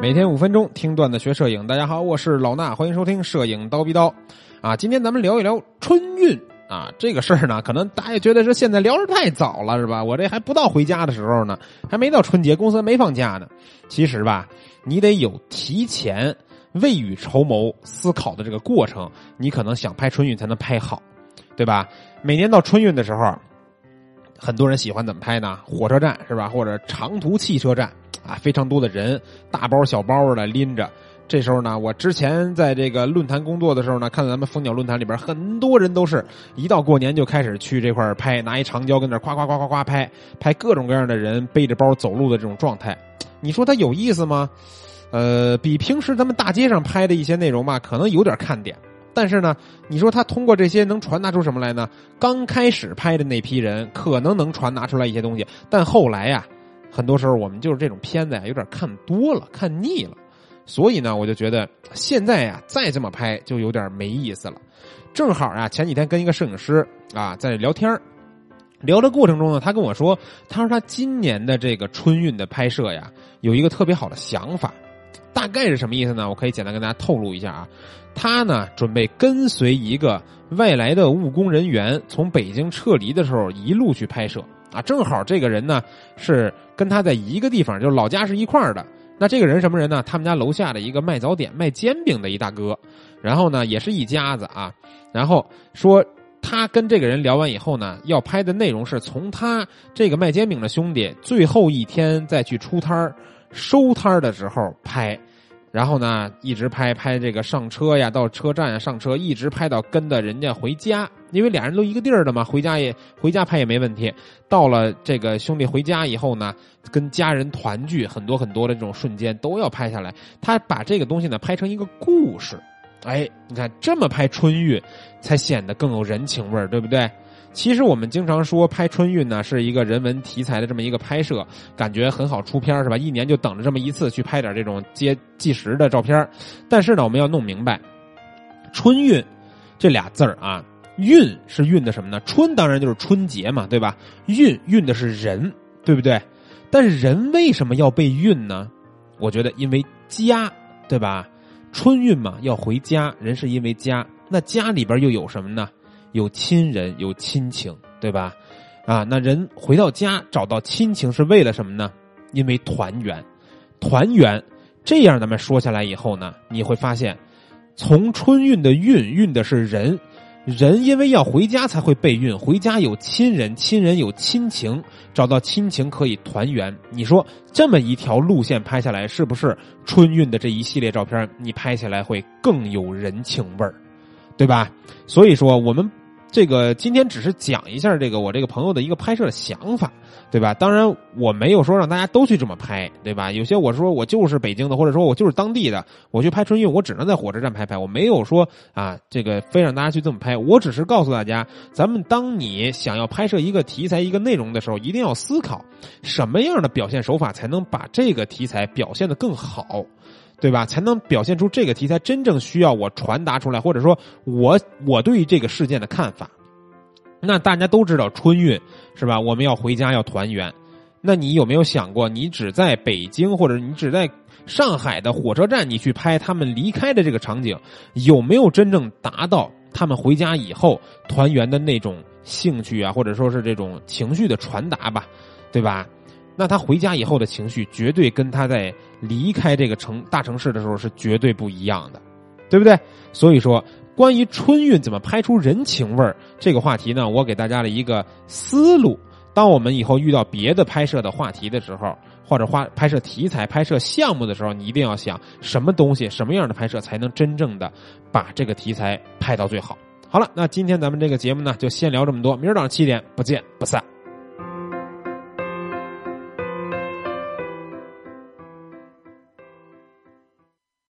每天5分钟听段子学摄影，大家好，我是老衲，欢迎收听摄影刀逼刀。今天咱们聊一聊春运这个事儿呢，可能大家觉得是现在聊得太早了，是吧？我这还不到回家的时候呢，还没到春节，公司没放假呢。其实吧，你得有提前未雨绸缪思考的这个过程，你可能想拍春运才能拍好，对吧？每年到春运的时候，很多人喜欢怎么拍呢？火车站是吧？或者长途汽车站非常多的人，大包小包的拎着。这时候呢，我之前在这个论坛工作的时候呢，看到咱们蜂鸟论坛里边很多人都是一到过年就开始去这块拍，拿一长焦跟那夸夸夸夸夸拍各种各样的人背着包走路的这种状态。你说它有意思吗？比平时咱们大街上拍的一些内容吧，可能有点看点。但是呢，你说他通过这些能传达出什么来呢？刚开始拍的那批人可能能传达出来一些东西，但后来很多时候我们就是这种片子有点看多了，看腻了。所以呢，我就觉得现在再这么拍就有点没意思了。正好前几天跟一个摄影师在聊天，聊的过程中呢，他跟我说，他说他今年的这个春运的拍摄有一个特别好的想法。大概是什么意思呢？我可以简单跟大家透露一下他呢准备跟随一个外来的务工人员从北京撤离的时候一路去拍摄正好这个人呢是跟他在一个地方，就是老家是一块儿的。那这个人什么人呢？他们家楼下的一个卖早点卖煎饼的一大哥，然后呢也是一家子然后说他跟这个人聊完以后呢，要拍的内容是从他这个卖煎饼的兄弟最后一天再去出摊收摊的时候拍，然后呢一直拍这个上车到车站上车，一直拍到跟着人家回家，因为俩人都一个地儿的嘛，回家拍也没问题。到了这个兄弟回家以后呢，跟家人团聚，很多很多的这种瞬间都要拍下来。他把这个东西呢拍成一个故事，你看这么拍春运才显得更有人情味儿，对不对？其实我们经常说拍春运呢是一个人文题材的这么一个拍摄，感觉很好出片是吧？一年就等着这么一次去拍点这种纪实的照片。但是呢，我们要弄明白，春运这俩字儿运是运的什么呢？春当然就是春节嘛，对吧？运的是人，对不对？但是人为什么要被运呢？我觉得因为家，对吧？春运嘛，要回家，人是因为家。那家里边又有什么呢？有亲人，有亲情，对吧？那人回到家找到亲情是为了什么呢？因为团圆。这样咱们说下来以后呢，你会发现从春运的运的是人因为要回家才会被运，回家有亲人，亲人有亲情，找到亲情可以团圆。你说这么一条路线拍下来，是不是春运的这一系列照片你拍起来会更有人情味儿，对吧？所以说我们这个今天只是讲一下我这个朋友的一个拍摄的想法，对吧？当然我没有说让大家都去这么拍，对吧？有些我说我就是北京的，或者说我就是当地的，我去拍春运我只能在火车站拍，我没有说这个非让大家去这么拍。我只是告诉大家，咱们当你想要拍摄一个题材一个内容的时候，一定要思考什么样的表现手法才能把这个题材表现得更好，对吧？才能表现出这个题材真正需要我传达出来，或者说我对于这个事件的看法。那大家都知道春运是吧？我们要回家要团圆。那你有没有想过，你只在北京或者你只在上海的火车站你去拍他们离开的这个场景，有没有真正达到他们回家以后团圆的那种兴趣或者说是这种情绪的传达吧，对吧？那他回家以后的情绪绝对跟他在离开这个大城市的时候是绝对不一样的，对不对？所以说关于春运怎么拍出人情味儿这个话题呢，我给大家了一个思路。当我们以后遇到别的拍摄的话题的时候，或者拍摄题材拍摄项目的时候，你一定要想什么东西什么样的拍摄才能真正的把这个题材拍到最好。好了，那今天咱们这个节目呢就先聊这么多，明儿早上7点不见不散。